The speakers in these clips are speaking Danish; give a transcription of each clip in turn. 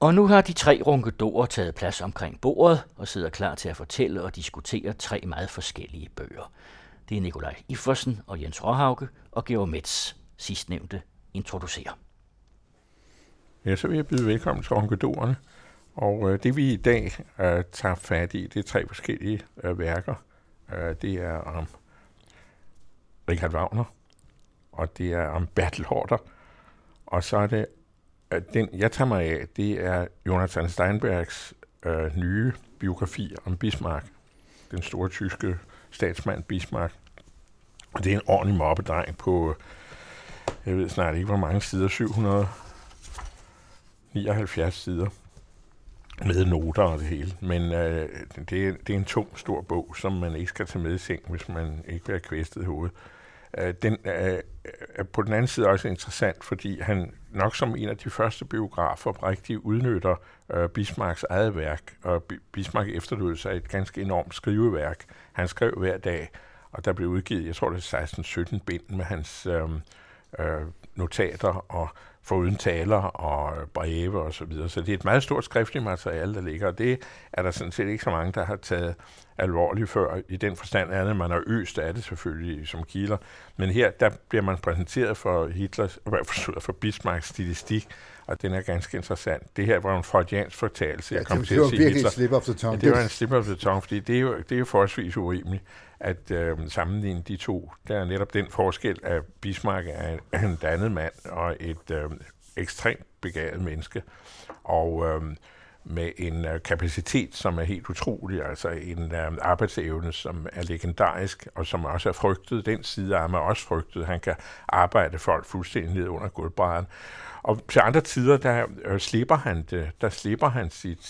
Og nu har de 3 ronkedorer taget plads omkring bordet og sidder klar til at fortælle og diskutere 3 meget forskellige bøger. Det er Nikolaj Iversen og Jens Råhauke og Georg Metz, sidstnævnte, introducerer. Ja, så vil jeg byde velkommen til ronkedorerne. Og det vi i dag tager fat i, det er 3 forskellige værker. Det er om Richard Wagner, og det er om Bertel Haarder. Og så er det, den jeg tager mig af, det er Jonathan Steinbergs nye biografi om Bismarck, den store tyske statsmand Bismarck. Og det er en ordentlig moppedreng på, jeg ved snart ikke hvor mange sider, 779 sider, med noter og det hele. Men det er en tung, stor bog, som man ikke skal tage med i seng, hvis man ikke vil have kvæstet i hovedet. Den er på den anden side også interessant, fordi han nok som en af de første biografer rigtig udnytter Bismarcks eget værk, og Bismarck efterlod sig et ganske enormt skriveværk. Han skrev hver dag, og der blev udgivet, jeg tror det er 16-17 bind med hans notater og foruden taler og breve og så videre. Så det er et meget stort skriftligt materiale, der ligger, og det er der sådan set ikke så mange, der har taget alvorligt før. I den forstand er det, man har øst af det selvfølgelig som kilder. Men her, der bliver man præsenteret for for Bismarcks stilistik, og den er ganske interessant. Det her var en freudiansk fortalelse. Ja, det var virkelig en slip of the tongue. Ja, det var en slip of the tongue, fordi det er jo forholdsvis urimeligt at sammenligne de to. Der er netop den forskel, at Bismarck er en dannet mand og et ekstremt begavet menneske, og med en kapacitet, som er helt utrolig, altså en arbejdsevne, som er legendarisk, og som også er frygtet. Den side af ham er også frygtet. Han kan arbejde folk fuldstændig ned under gulvbrædderen. Og til andre tider, der slipper han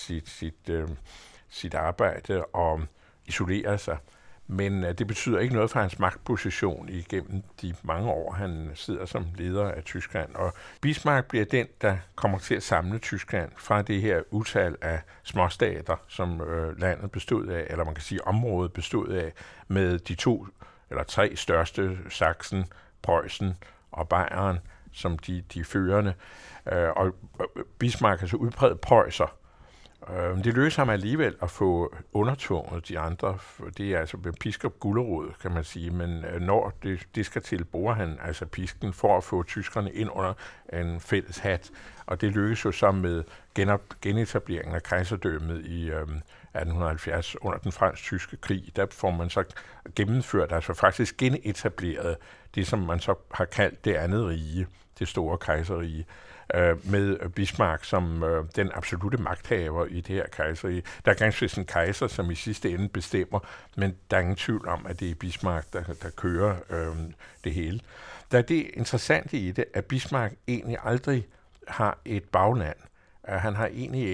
sit arbejde og isolerer sig. Men det betyder ikke noget for hans magtposition igennem de mange år, han sidder som leder af Tyskland. Og Bismarck bliver den, der kommer til at samle Tyskland fra det her utal af småstater, som landet bestod af, eller man kan sige området bestod af, med de 2 eller 3 største, Sachsen, Preussen og Bayern, som de førende. Og Bismarck er så udpræget preußer. Det lykkedes ham alligevel at få undertvunget de andre. Det er altså biskop Gullerod, kan man sige, men når det skal til, bruger han altså pisken for at få tyskerne ind under en fælles hat. Og det lykkedes jo så med genetableringen af kejserdømmet i 1870 under den fransk-tyske krig. Der får man så gennemført, altså faktisk genetableret det, som man så har kaldt det andet rige, det store kejserrige, med Bismarck som den absolute magthaver i det her kejserrige. Der er ganske vist en kejser, som i sidste ende bestemmer, men der er ingen tvivl om, at det er Bismarck, der kører det hele. Der er det interessante i det, at Bismarck egentlig aldrig har et bagland. Han har egentlig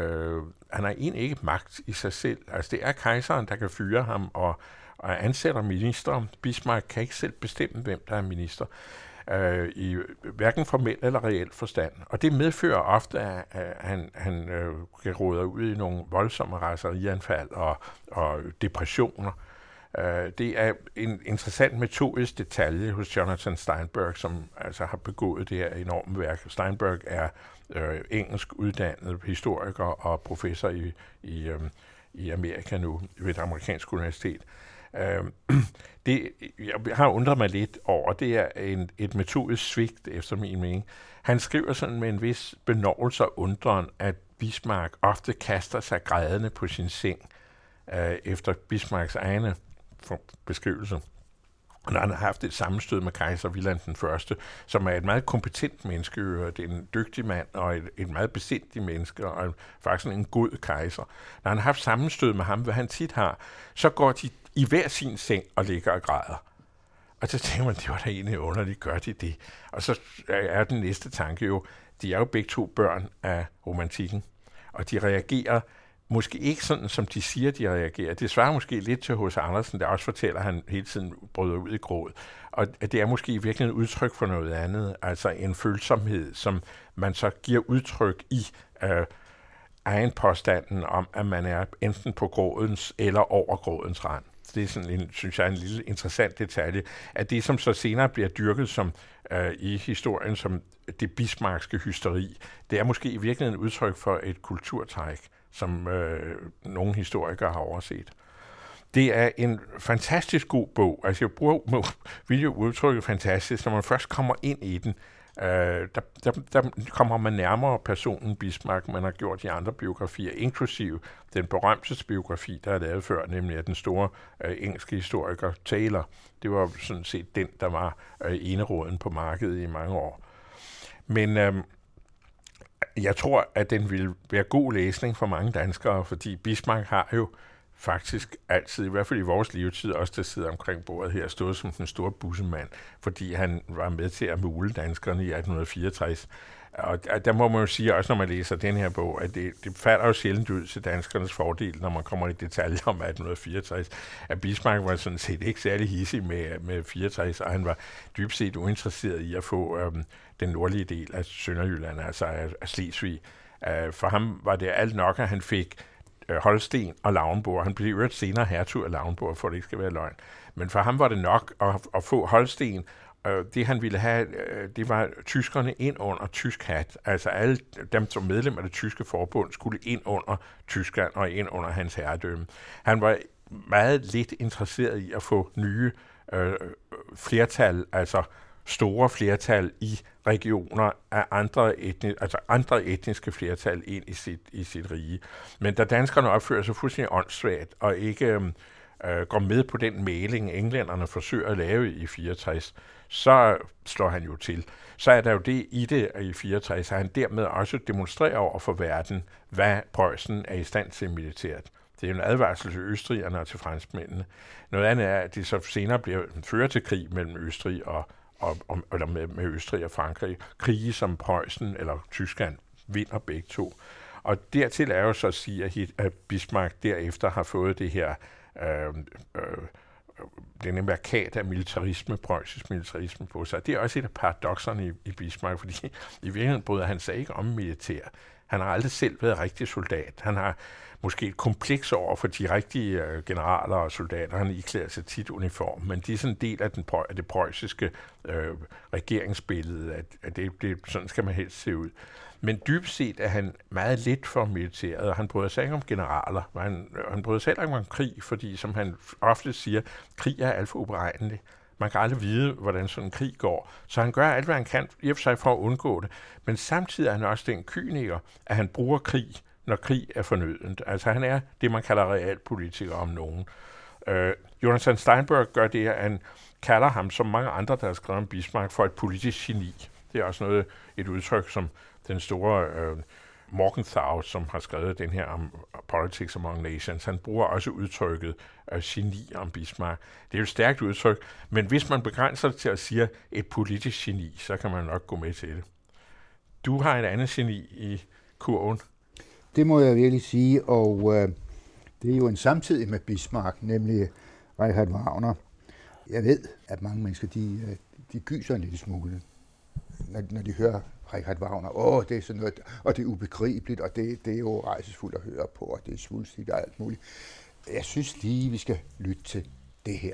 ikke magt i sig selv. Altså det er kejseren, der kan fyre ham og ansætter minister. Bismarck kan ikke selv bestemme, hvem der er minister. I hverken formel eller reelt forstand. Og det medfører ofte, at han kan råde ud i nogle voldsomme raserianfald og depressioner. Det er en interessant metodisk detalje hos Jonathan Steinberg, som altså har begået det her enorme værk. Steinberg er engelsk uddannet historiker og professor i Amerika nu ved et amerikansk universitet. Det, jeg har undret mig lidt over, det er et metodisk svigt, efter min mening. Han skriver sådan med en vis benovelse og undren, at Bismarck ofte kaster sig grædende på sin seng, efter Bismarcks egne beskrivelse. Når han har haft et sammenstød med kejser Wilhelm den Første, som er et meget kompetent menneske, det er en dygtig mand og et meget besindigt menneske, og faktisk en god kejser. Når han har haft sammenstød med ham, hvad han tit har, så går de i hver sin seng og ligger og græder. Og så tænker man, det var da egentlig underligt, gør de det? Og så er den næste tanke jo, de er jo begge 2 børn af romantikken, og de reagerer måske ikke sådan, som de siger, de reagerer. Det svarer måske lidt til H.C. Andersen, der også fortæller, at han hele tiden bryder ud i gråd. Og det er måske virkelig et udtryk for noget andet, altså en følsomhed, som man så giver udtryk i egen påstanden om, at man er enten på grådens eller over grådens rand. det er sådan synes jeg, en lille interessant detalje, at det, som så senere bliver dyrket som i historien som det bismarckske hysteri, det er måske i virkeligheden udtryk for et kulturtræk, som nogle historikere har overset. Det er en fantastisk god bog. Altså jeg vil jo udtrykke fantastisk, når man først kommer ind i den. Der kommer man nærmere personen Bismarck, man har gjort i andre biografier, inklusive den berømte biografi, der er lavet før, nemlig af den store engelske historiker Taylor. Det var sådan set den, der var eneråden på markedet i mange år. Men jeg tror, at den vil være god læsning for mange danskere, fordi Bismarck har jo faktisk altid, i hvert fald i vores levetid, også der sidder omkring bordet her, stået som den store bussemand, fordi han var med til at mule danskerne i 1864. Og der må man jo sige, også når man læser den her bog, at det falder jo sjældent ud til danskernes fordel, når man kommer i detaljer om 1864. At Bismarck var sådan set ikke særlig hissig med 64, og han var dybt set uinteresseret i at få den nordlige del af Sønderjylland, altså af Slesvig. For ham var det alt nok, at han fik Holsten og Lauenborg. Han blev jo senere hertug af Lauenborg, for det ikke skal være løgn. Men for ham var det nok at få Holsten. Det han ville have, det var tyskerne ind under tysk hat. Altså alle dem som medlem af det tyske forbund skulle ind under Tyskland og ind under hans herredømme. Han var meget lidt interesseret i at få nye flertal, altså store flertal i regioner af andre etniske flertal ind i sit rige. Men da danskerne opfører sig fuldstændig åndssvagt og ikke går med på den mægling, englænderne forsøger at lave i 64, så slår han jo til. Så er der jo det i det i 64, at han dermed også demonstrerer over for verden, hvad Preussen er i stand til militært. Det er en advarsel til østrigerne og til franskmændene. Noget andet er, at det så senere bliver fører til krig mellem Østrig eller med Østrig og Frankrig. Krige som Preussen eller Tyskland vinder begge to. Og dertil er jo så at sige, at Bismarck derefter har fået det her denne mærkat af militarisme, preussisk militarisme på sig. Det er også et af paradokserne i Bismarck, fordi i virkeligheden bryder han sig ikke om militær. Han har aldrig selv været rigtig soldat. Han har måske et kompleks over for de rigtige generaler og soldater. Han iklæder sig tit uniform, men de er sådan en del af det preussiske regeringsbillede, at det sådan skal man helst se ud. Men dybt set er han meget lidt for militæret, og han bryder sig ikke om generaler. Han bryder sig ikke om krig, fordi, som han ofte siger, krig er alt for uberegnelig. Man kan aldrig vide, hvordan sådan en krig går. Så han gør alt, hvad han kan i og for sig for at undgå det. Men samtidig er han også den kyniker, at han bruger krig, når krig er fornødent. Altså han er det, man kalder realpolitiker om nogen. Jonathan Steinberg gør det, at han kalder ham, som mange andre, der har skrevet om Bismarck, for et politisk geni. Det er også et udtryk, som den store Morgenthau, som har skrevet den her om Politics Among Nations, han bruger også udtrykket geni om Bismarck. Det er jo et stærkt udtryk, men hvis man begrænser det til at sige et politisk geni, så kan man nok gå med til det. Du har et andet geni i kurven. Det må jeg virkelig sige, og det er jo en samtidig med Bismarck, nemlig Richard Wagner. Jeg ved, at mange mennesker, de gyser en lille smule, når de hører Richard Wagner. Det er sådan noget, og det er ubegribeligt, og det er jo rejsesfuldt at høre på, og det er svulstigt og alt muligt. Jeg synes lige, vi skal lytte til det her.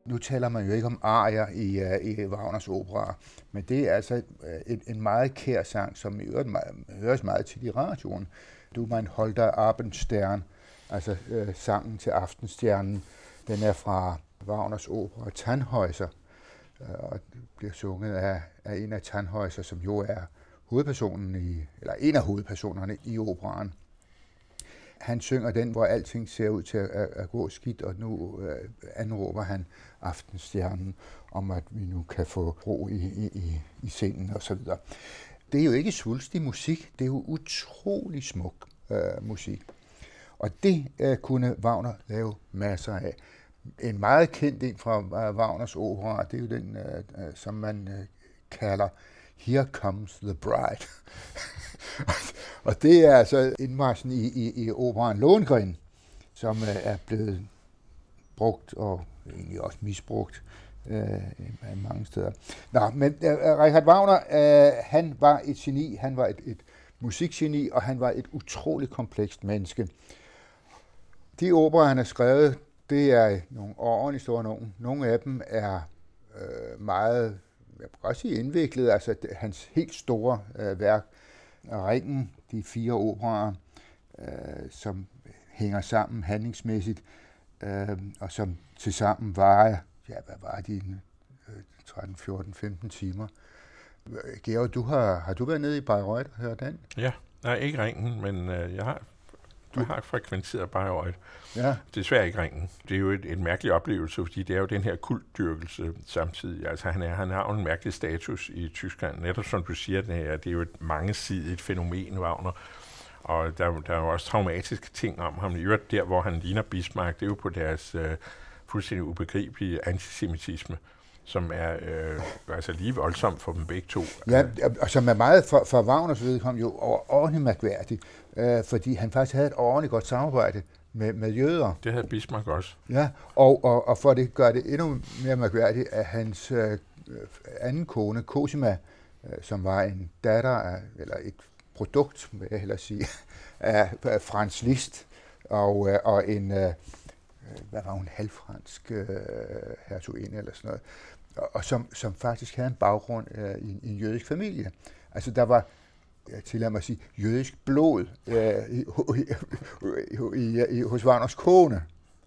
Nu taler man jo ikke om arier i Wagners opera, men det er altså en meget kær sang, som i øvrigt høres meget til i radioen. Du mein holder Abendstern, altså sangen til Aftenstjernen, den er fra Wagners opera Tannhäuser, og bliver sunget af en af Tannhäuser, som jo er en af hovedpersonerne i operaen. Han synger den, hvor alting ser ud til at gå skidt, og nu anråber han Aftenstjernen om, at vi nu kan få ro i scenen og så videre. Det er jo ikke svulstig musik, det er jo utrolig smuk musik. Og det kunne Wagner lave masser af. En meget kendt en fra Wagners opera, det er jo den, som man kalder Here Comes the Bride. Og det er altså indmarchen i operaen Lohengrin, som er blevet brugt og egentlig også misbrugt mange steder. Nå, men Richard Wagner, han var et geni, han var et musikgeni, og han var et utroligt komplekst menneske. De operer, han har skrevet, det er nogle ordentligt store nogen. Nogle af dem er meget, jeg kan godt sige indviklet, altså hans helt store værk, Ringen, de 4 operer, som hænger sammen handlingsmæssigt, og som tilsammen varer, hvad var de, 13, 14, 15 timer. Georg, har du været nede i Bayreuth og hørt den? Ja, nej, ikke Ringen, men jeg har frekventeret Bayreuth. Ja. Desværre ikke Ringen. Det er jo en mærkelig oplevelse, fordi det er jo den her kultdyrkelse samtidig. Altså han har jo en mærkelig status i Tyskland. Netop som du siger, det er jo et mangesidigt fænomen, Wagner. Og der er jo også traumatiske ting om ham. I øvrigt der, hvor han ligner Bismarck, det er jo på deres fuldstændig ubegribelige antisemitisme, som er altså lige voldsomt for dem begge to. Ja, og som er meget for Wagners vedkommende jo ordentligt mærkværdigt, fordi han faktisk havde et ordentligt godt samarbejde med jøder. Det havde Bismarck også. Ja, og for det gør det endnu mere mærkværdigt, at hans anden kone, Cosima, som var en datter af, eller et produkt, vil jeg hellere sige, af Franz Liszt, og en, hvad var hun, halvfransk hertuginde eller sådan noget, og som faktisk havde en baggrund i en jødisk familie. Altså der var, jeg tillader mig at sige, jødisk blod hos Wagners kone.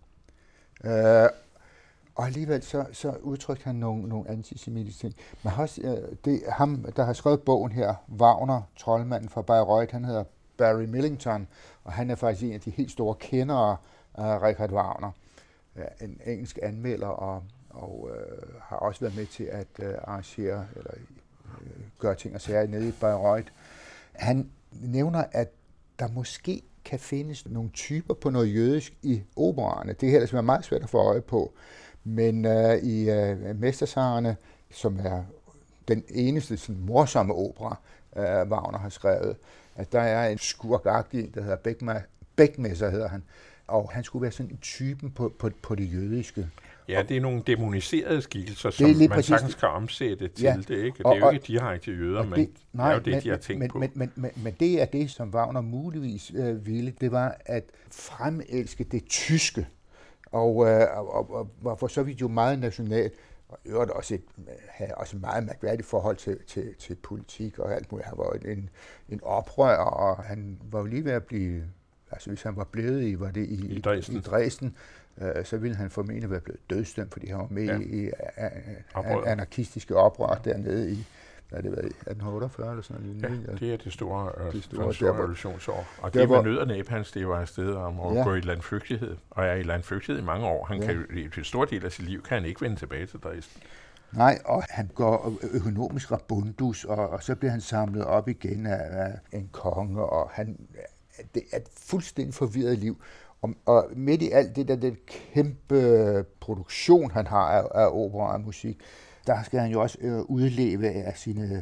Og alligevel så udtrykte han nogle antisemitiske ting. Men det er ham, der har skrevet bogen her, Wagner, troldmanden fra Bayreuth, han hedder Barry Millington, og han er faktisk en af de helt store kendere af Richard Wagner. En engelsk anmelder, og har også været med til at arrangere eller gøre ting og sager nede i Bayreuth. Han nævner, at der måske kan findes nogle typer på noget jødisk i operaerne. Det her er meget svært at få øje på. Men i Mestersangerne, som er den eneste sådan, morsomme opera, Wagner har skrevet, at der er en skurkagtig, der hedder Beckmesser, hedder han, og han skulle være sådan en typen på det jødiske. Ja, det er nogle demoniserede skikkelser, som man sagtens kan omsætte til det, ikke? Det er jo ikke direkte jøder, men det er jo det, de har tænkt på. Men det er det, som Wagner muligvis ville, det var at fremelske det tyske, og var for så vidt jo meget nationalt, og i øvrigt også havde også meget mærkværdigt forhold til politik og alt muligt. Han var en oprører, og han var jo lige ved at blive, altså hvis han var blevet i Dresden, så ville han formentlig være blevet dødsdømt, fordi han var med i anarkistiske oprør dernede i, hvad det var, 1848 eller sådan noget. Ja, det er det store revolutionsår. Og det med nød og næb hans, det var et sted om at gå i landflygtighed, og er i landflygtighed i mange år. Han kan i en stor del af sit liv kan han ikke vende tilbage til Dresden. Nej, og han går økonomisk rabundus, og så bliver han samlet op igen af en konge, og det er et fuldstændig forvirret liv. Og midt i alt det der, den kæmpe produktion, han har af opera og musik, der skal han jo også udleve af sine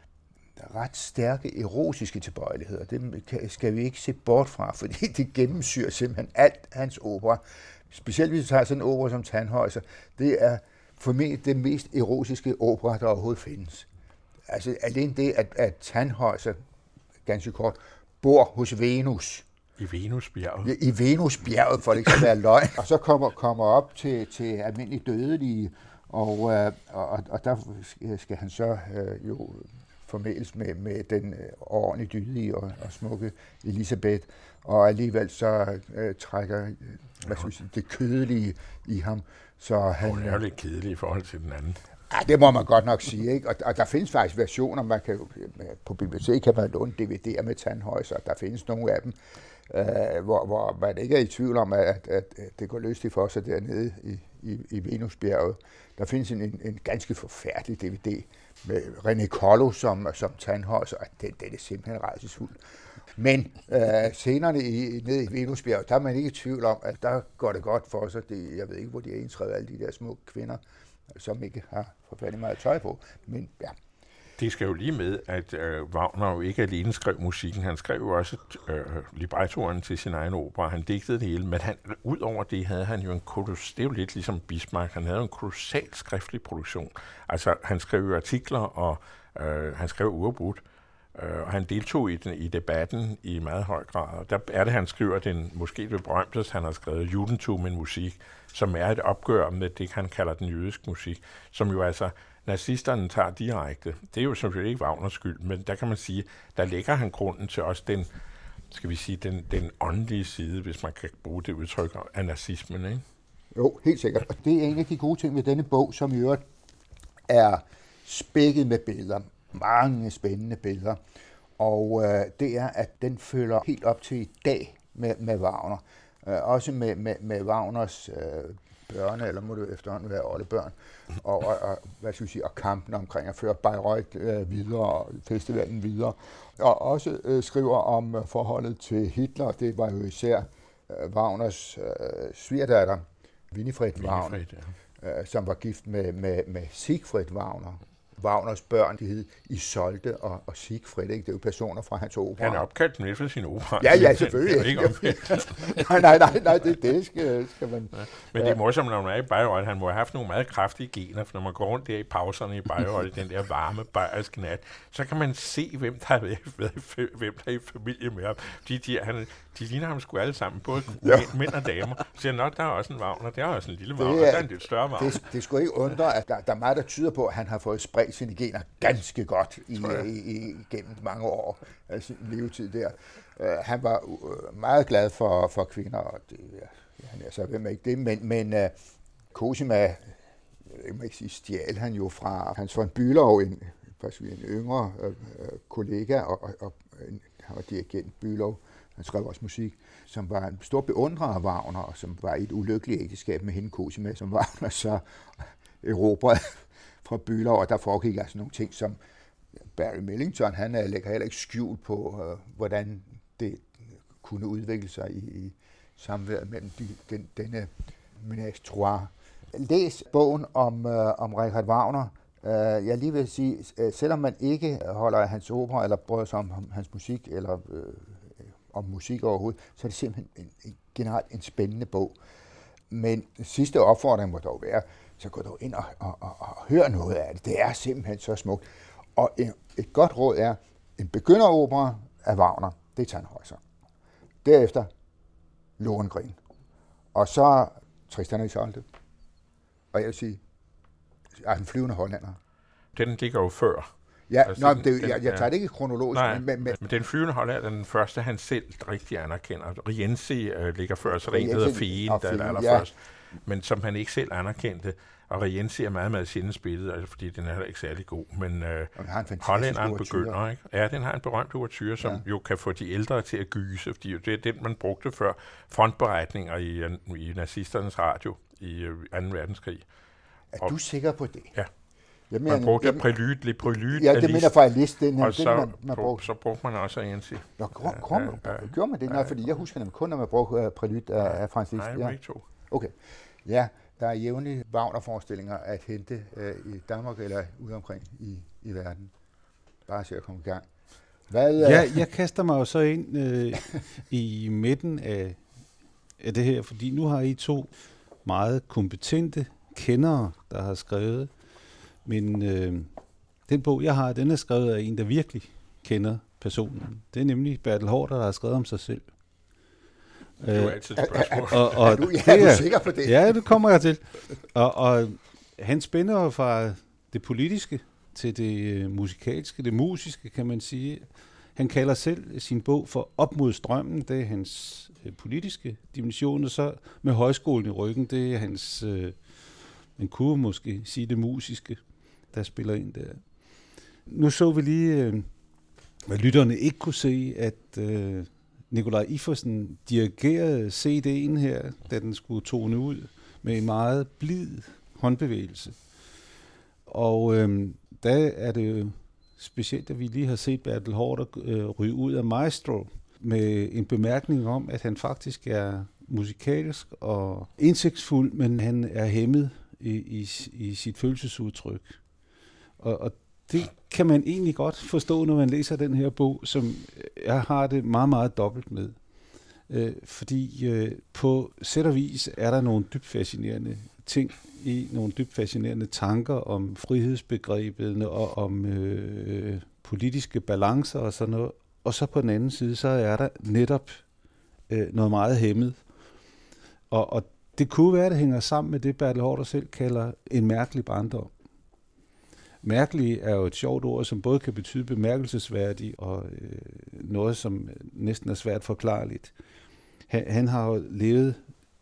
ret stærke erotiske tilbøjeligheder. Det skal vi ikke se bort fra, fordi det gennemsyrer simpelthen alt hans opera. Specielt hvis vi tager sådan en opera som Tannhäuser. Det er formentlig det mest erotiske opera, der overhovedet findes. Altså alene det, at Tannhäuser, ganske kort, bor hos Venus, I Venusbjerget. Ja, i Venusbjerget, for det ikke skal være løgn. Og så kommer op til almindelig dødelige, og der skal han så jo formæles med den ordentligt dydige og smukke Elisabeth, og alligevel så trækker det kødelige i ham. Så hun er jo lidt kedelig i forhold til den anden. Ja, det må man godt nok sige, ikke? Og der findes faktisk versioner, man kan på biblioteket kan man låne DVD'er med Tannhäuser, der findes nogle af dem, hvor man ikke er i tvivl om, at det går løst for sig dernede i Venusbjerget. Der findes en ganske forfærdelig DVD med René Collo som Tannhäuser, og det er simpelthen rædselsfuldt. Men scenerne nede i Venusbjerget, der er man ikke i tvivl om, at der går det godt for sig. Jeg ved ikke, hvor de er indskrevet, alle de der små kvinder, som ikke har forfærdeligt meget tøj på. Men ja. Det skal jo lige med, at Wagner jo ikke alene skrev musikken, han skrev jo også librettoen til sin egen opera, han digtede det hele, men ud over det havde han jo det er jo lidt ligesom Bismarck, han havde en kolossal skriftlig produktion. Altså han skrev jo artikler, og han skrev uafbrudt, og han deltog i debatten i meget høj grad. Og der er det, han skriver måske det berømteste, han har skrevet, Judentum en musik, som er et opgør med det, han kalder den jødiske musik, som jo altså nazisterne tager direkte. Det er jo selvfølgelig ikke Wagners skyld, men der kan man sige, der lægger han grunden til også den, skal vi sige, den åndelige side, hvis man kan bruge det udtryk af nazismen, ikke? Jo, helt sikkert. Og det er en af de gode ting ved denne bog, som i øvrigt er spækket med billeder. Mange spændende billeder. Og det er, at den følger helt op til i dag med Wagner. Også med Wagners børne, eller må det efterhånden være oldebørn, og hvad skal vi sige, og kampen omkring at føre Bayreuth videre, og festivalen videre. Og også skriver om forholdet til Hitler. Det var jo især Wagners svigerdatter, Winifred Wagner, som var gift med Siegfried Wagner. Wagners børn, de hed Isolde og Siegfried, ikke? Det er jo personer fra hans opera. Han opkaldte dem efter sin opera. Ja, selvfølgelig. Nej, det skal man... Ja. Men det er morsomt, når man er i Bayreuth. Han må have haft nogle meget kraftige gener, for når man går rundt der i pauserne i Bayreuth, den der varme bayerske nat, så kan man se, hvem der er i familie med ham. De ligner ham sgu alle sammen, både mænd og damer. Så der er også en Wagner, der er også en lille Wagner, der er en lidt større Wagner. Det skulle ikke undre, at der er meget, der tyder på, at han har fået spredt sine gener ganske godt gennem mange år af sin levetid der. Han var meget glad for kvinder, og det, hvem er ikke det, men Cosima, jeg må ikke sige, stjal han jo fra Hans von Bülow, en yngre kollega, og han var dirigent Bülow, han skrev også musik, som var en stor beundrer af Wagner, og som var i et ulykkeligt ægteskab med hende Cosima, som Wagner så erobrede fra Bülow, og der foregik altså nogle ting, som Barry Millington, han lægger heller ikke skjul på, hvordan det kunne udvikle sig i samværet mellem denne ménage trois. Læs bogen om Richard Wagner. Jeg lige vil sige, selvom man ikke holder af hans opera, eller bryder sig om hans musik, eller om musik overhovedet, så er det simpelthen generelt en spændende bog. Men sidste opfordring må dog være, så gå dog ind og hør noget af det. Det er simpelthen så smukt. Og et godt råd er, en begynderopera af Wagner, det er Tannhäuser. Derefter Lohengrin. Og så Tristan og Isolde. Og jeg vil sige, den flyvende hollænder. Den ligger jo før. Ja, altså, jeg tager det ikke kronologisk. Nej, men den flyvende hollænder er den første, han selv rigtig anerkender. Rienzi ligger før, så der er en, der hedder Fien, der er allerførst. Men som han ikke selv anerkendte. Og Rienzi er meget, meget sjældent spillet, altså, fordi den er heller ikke særlig god. Men hollænderen begynder, ikke? Ja, den har en berømt ouverture, som jo kan få de ældre til at gyse, fordi det er den, man brugte før frontberetninger i nazisternes radio i 2. verdenskrig. Er du sikker på det? Ja. Man brugte prælyde. Ja, det mener fra listen. Og så brugte man også Rienzi. Nå, gjorde man det? Nej, fordi jeg husker nemlig kun, når man brugte prælyde af Franz Liszt. Nej, ikke to. Okay. Ja, der er jævnlige Wagner-forestillinger at hente i Danmark eller ude omkring i verden. Bare se at komme i gang. Jeg kaster mig jo så ind i midten af det her, fordi nu har I to meget kompetente kendere, der har skrevet. Men den bog, jeg har, den er skrevet af en, der virkelig kender personen. Det er nemlig Bertel Haarder, der har skrevet om sig selv. Det er altid et spørgsmål. Er du sikker på det? Ja, det kommer jeg til. Og han spænder jo fra det politiske til det musikalske, det musiske, kan man sige. Han kalder selv sin bog for Op mod strømmen. Det er hans politiske dimension, og så med højskolen i ryggen, det er hans, man kunne måske sige det musiske, der spiller ind der. Nu så vi lige, hvad lytterne ikke kunne se, at Nikolaj Iversen dirigerede CD'en her, da den skulle tone ud, med en meget blid håndbevægelse. Og der er det jo specielt, at vi lige har set Bertel Haarder ryge ud af Maestro, med en bemærkning om, at han faktisk er musikalsk og indsigtsfuld, men han er hæmmet i sit følelsesudtryk. Og det kan man egentlig godt forstå, når man læser den her bog, som jeg har det meget, meget dobbelt med. Fordi på sæt og vis er der nogle dybt fascinerende ting i, nogle dybt fascinerende tanker om frihedsbegrebet og om politiske balancer og sådan noget. Og så på den anden side, så er der netop noget meget hæmmet. Og det kunne være, at det hænger sammen med det, Bertel Haarder selv kalder en mærkelig barndom. Mærkelig er jo et sjovt ord, som både kan betyde bemærkelsesværdig og noget, som næsten er svært forklarligt. Han har jo levet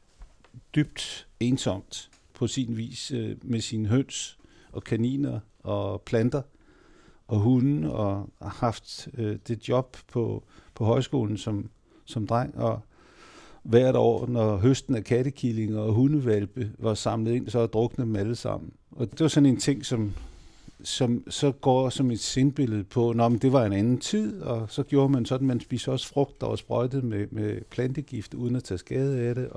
dybt ensomt på sin vis med sine høns og kaniner og planter og hunde, og har haft det job på højskolen som dreng, og hvert år, når høsten af kattekillinger og hundevalpe var samlet ind, så druknede dem alle sammen. Og det var sådan en ting, som så går som et sindbillede på, men det var en anden tid, og så gjorde man sådan, man spiste også frugt, der var sprøjtet med plantegift, uden at tage skade af det,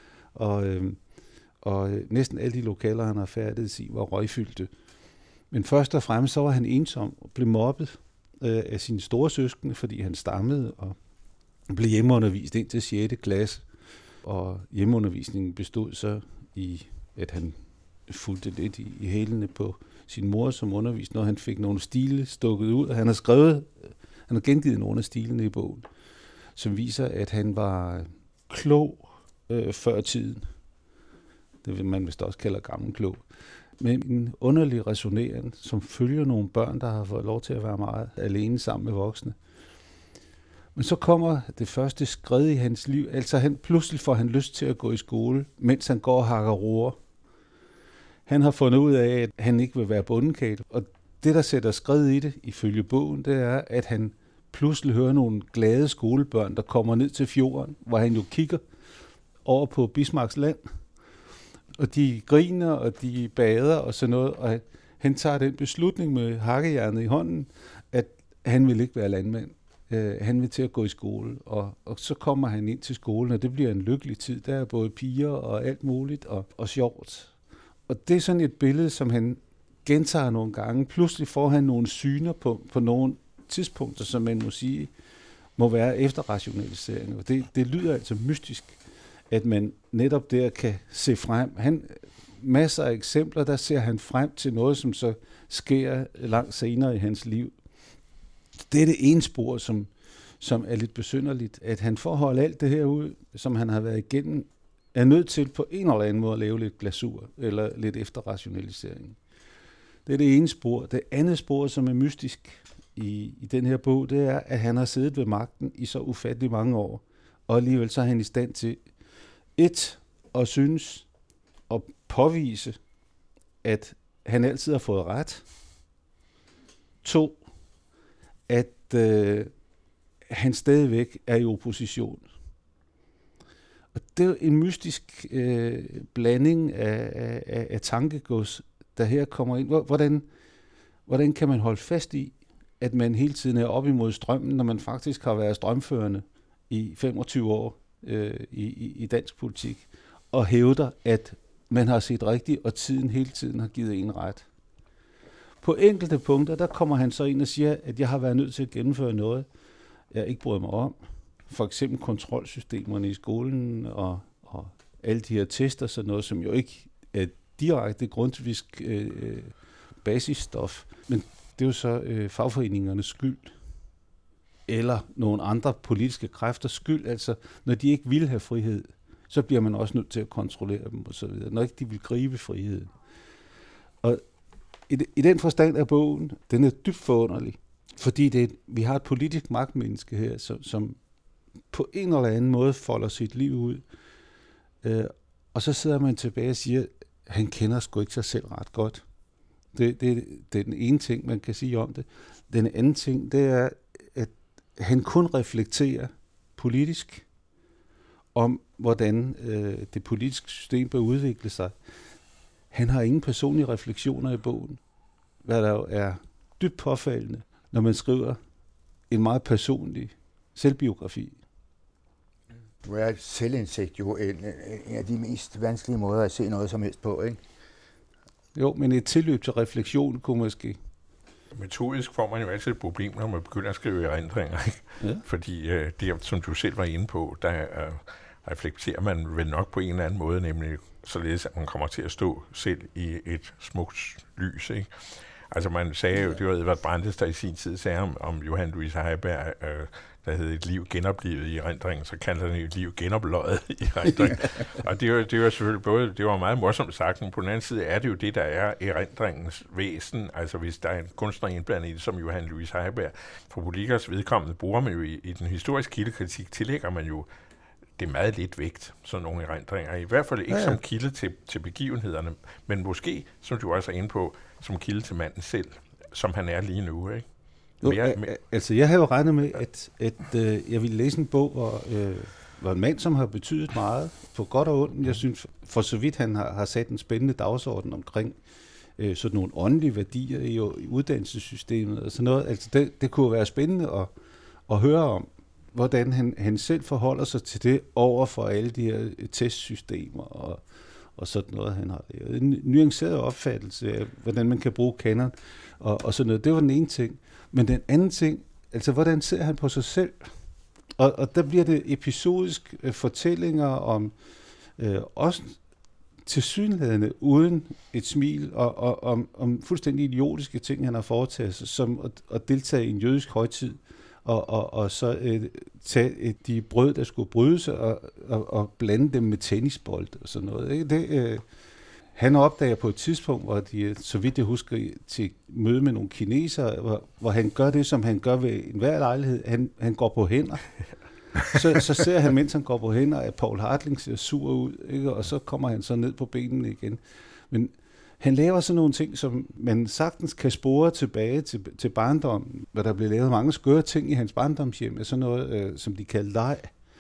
og næsten alle de lokaler, han har færdigheds i, var røgfyldte. Men først og fremmest så var han ensom og blev mobbet af sine store søskende, fordi han stammede og blev hjemmeundervist ind til 6. klasse. Og hjemmeundervisningen bestod så i, at han fulgte lidt i hælene på sin mor som underviste, når han fik nogle stile stukket ud. Og han har gengivet nogle af stilene i bogen, som viser, at han var klog før tiden. Det vil man vist også kalde gammel klog. Men en underlig resonering, som følger nogle børn, der har fået lov til at være meget alene sammen med voksne. Men så kommer det første skred i hans liv. Altså pludselig får han lyst til at gå i skole, mens han går og hakker roer. Han har fundet ud af, at han ikke vil være bondekæl. Og det, der sætter skred i det, ifølge bogen, det er, at han pludselig hører nogle glade skolebørn, der kommer ned til fjorden, hvor han jo kigger over på Bismarcks land. Og de griner, og de bader og sådan noget. Og han tager den beslutning med hakkejernet i hånden, at han vil ikke være landmand. Han vil til at gå i skole, og så kommer han ind til skolen, og det bliver en lykkelig tid. Der er både piger og alt muligt, og sjovt. Og det er sådan et billede, som han gentager nogle gange. Pludselig får han nogle syner på nogle tidspunkter, som man må sige, må være efterrationalisering. Og det lyder altså mystisk, at man netop der kan se frem. Masser af eksempler, der ser han frem til noget, som så sker langt senere i hans liv. Det er det ene spor, som er lidt besynderligt, at han får holde alt det her ud, som han har været igennem, er nødt til på en eller anden måde at lave lidt glasur, eller lidt efterrationalisering. Det er det ene spor. Det andet spor, som er mystisk i den her bog, det er, at han har siddet ved magten i så ufattelig mange år, og alligevel så er han i stand til at synes og påvise, at han altid har fået ret. 2, at han stadigvæk er i opposition. Og det er en mystisk blanding af tankegods, der her kommer ind. Hvordan kan man holde fast i, at man hele tiden er op imod strømmen, når man faktisk har været strømførende i 25 år i dansk politik, og hævder, at man har set rigtigt, og tiden hele tiden har givet en ret. På enkelte punkter, der kommer han så ind og siger, at jeg har været nødt til at gennemføre noget, jeg ikke bryder mig om. For eksempel kontrolsystemerne i skolen, og alle de her tester, sådan noget, som jo ikke er direkte grundtvisk basisstof. Men det er jo så fagforeningernes skyld. eller nogle andre politiske kræfters skyld. Altså, når de ikke vil have frihed, så bliver man også nødt til at kontrollere dem osv., når ikke de vil gribe friheden. Og i den forstand af bogen, den er dybt forunderlig, fordi vi har et politisk magtmenneske her, som på en eller anden måde folder sit liv ud. Og så sidder man tilbage og siger, han kender sgu ikke sig selv ret godt. Det er den ene ting, man kan sige om det. Den anden ting, det er, at han kun reflekterer politisk om, hvordan det politiske system bør udvikle sig. Han har ingen personlige refleksioner i bogen, hvad der jo er dybt påfaldende, når man skriver en meget personlig selvbiografi. Nu er selvindsigt jo en af de mest vanskelige måder at se noget som helst på, ikke? Jo, men et tilløb til refleksion kunne måske... Metodisk får man jo altid et problem, når man begynder at skrive erindringer, ikke? Ja. Fordi det, som du selv var inde på, der reflekterer man vel nok på en eller anden måde, nemlig således, at man kommer til at stå selv i et smukt lys, ikke? Altså man sagde jo, det var Edvard Brandes, der i sin tid sagde om Johan Louis Heiberg, der hed Et liv genoplevet i erindringen, så kaldte han Et liv genopløjet i erindringen. Og det var selvfølgelig både, det var meget morsomt sagt, men på den anden side er det jo det, der er erindringens væsen. Altså hvis der er en kunstner indblandet i det, som Johan Louis Heiberg, for politikers vedkommende bruger man jo i den historiske kildekritik, tillægger man jo det er meget lidt vægt, sådan nogle erindringer. I hvert fald ikke som kilde til begivenhederne, men måske, som du også er inde på, som kilde til manden selv, som han er lige nu, ikke? Altså, jeg havde jo regnet med, at jeg ville læse en bog, hvor en mand, som har betydet meget, på godt og ondt. Jeg synes, for så vidt han har sat en spændende dagsorden omkring sådan nogle åndelige værdier i uddannelsessystemet og sådan noget. Altså, det kunne være spændende at høre om, hvordan han selv forholder sig til det over for alle de her testsystemer og sådan noget, han har lavet. En nuanceret opfattelse af, hvordan man kan bruge kanon og sådan noget. Det var den ene ting. Men den anden ting, altså hvordan ser han på sig selv? Og der bliver det episodisk fortællinger om også tilsyneladende uden et smil og om fuldstændig idiotiske ting, han har foretaget sig, som at deltage i en jødisk højtid, og så tage de brød, der skulle brydes, og blande dem med tennisbold og sådan noget. Han opdager på et tidspunkt, hvor de, så vidt jeg husker, til møde med nogle kinesere, hvor han gør det, som han gør ved enhver lejlighed. Han går på hænder. Så ser han, mens han går på hænder, at Paul Hartling ser sur ud, ikke? Og så kommer han så ned på benene igen. Men han laver sådan nogle ting, som man sagtens kan spore tilbage til barndommen, hvor der blev lavet mange skøre ting i hans barndomshjem, sådan noget, som de kaldte leg.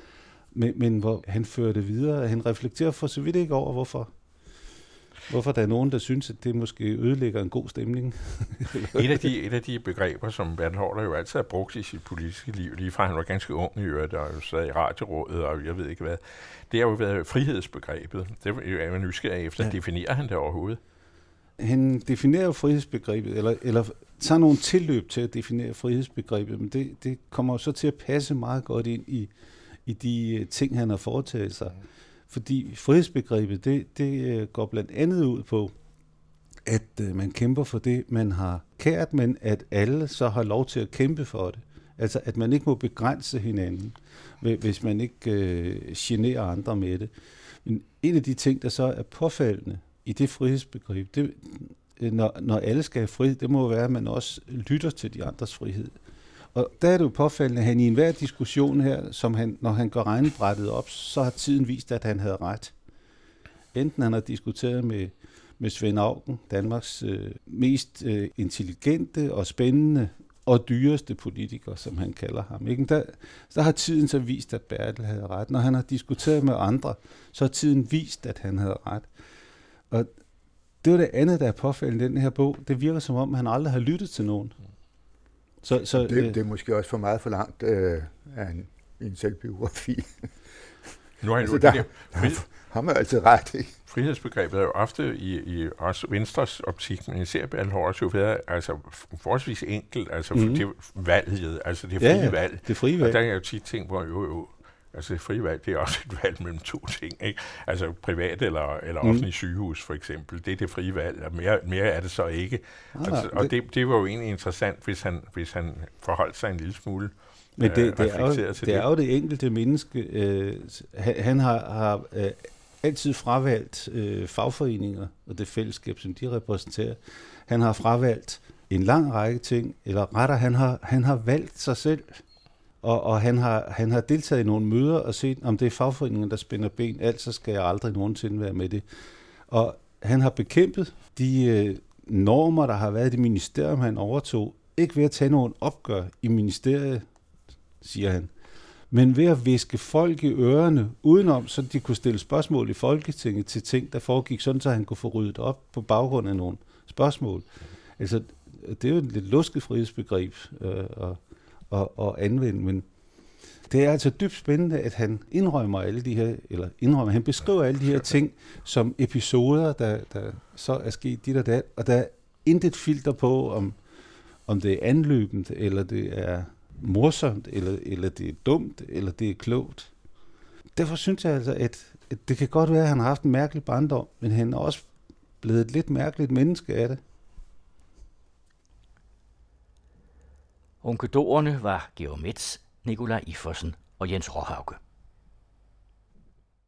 Men hvor han fører det videre. Han reflekterer for så vidt ikke over, hvorfor der er nogen, der synes, at det måske ødelægger en god stemning. et af de begreber, som Bertel Haarder jo altid har brugt i sit politiske liv, lige fra han var ganske ung i øvrigt, og jo sad i radiorådet, og jeg ved ikke hvad, det har jo været frihedsbegrebet. Det er man nysgerrig efter. Ja. Definerer han det overhovedet? Han definerer jo frihedsbegrebet, eller tager nogle tilløb til at definere frihedsbegrebet, men det kommer jo så til at passe meget godt ind i de ting, han har foretaget sig. Fordi frihedsbegrebet, det går blandt andet ud på, at man kæmper for det, man har kært, men at alle så har lov til at kæmpe for det. Altså, at man ikke må begrænse hinanden, hvis man ikke generer andre med det. Men en af de ting, der så er påfaldende i det frihedsbegreb, når alle skal have frihed, det må være, at man også lytter til de andres frihed. Og der er det jo påfaldende, at han i enhver diskussion her, når han går regnebrættet op, så har tiden vist, at han havde ret. Enten han har diskuteret med Svend Auken, Danmarks mest intelligente og spændende og dyreste politiker, som han kalder ham. Ikke? Der har tiden så vist, at Bertel havde ret. Når han har diskuteret med andre, så har tiden vist, at han havde ret. Og det var det andet, der er påfældende i den her bog. Det virker som om, han aldrig har lyttet til nogen. Så det er måske også for meget for langt af en selvbiografi. Nu har har man altid ret, ikke? Frihedsbegrebet er jo ofte i også Venstres optik, men især Bertel Haarder jo været altså forholdsvis enkelt, altså det valget, altså det frie valg. Det frie valg. Og der er jo tit ting, hvor jo, altså det frie valg, det er også et valg mellem to ting, ikke? Altså privat eller offentlig sygehus for eksempel, det er det frie valg, og mere er det så ikke. Og det var jo egentlig interessant, hvis han forholdt sig en lille smule Men det reflekteret er jo det enkelte menneske. Han har altid fravalgt fagforeninger og det fællesskab, som de repræsenterer. Han har fravalgt en lang række ting, eller rettere, han har valgt sig selv. Og han har deltaget i nogle møder og set, om det er fagforeningen, der spænder ben, altså skal jeg aldrig nogensinde være med det. Og han har bekæmpet de normer, der har været i det ministerium, han overtog, ikke ved at tage nogen opgør i ministeriet, siger han, men ved at viske folk i ørerne udenom, så de kunne stille spørgsmål i Folketinget til ting, der foregik, sådan så han kunne få ryddet op på baggrund af nogle spørgsmål. Altså, det er jo et lidt lusket frihedsbegreb at anvende, men det er altså dybt spændende, at han han beskriver alle de her ting som episoder, der så er sket dit og dat, og der er intet filter på, om det er anløbent, eller det er morsomt, eller det er dumt, eller det er klogt. Derfor synes jeg altså, at det kan godt være, at han har haft en mærkelig barndom, men han er også blevet et lidt mærkeligt menneske af det. Ronkedorerne var Georg Metz, Nikolaj Iforsen og Jens Råhauke.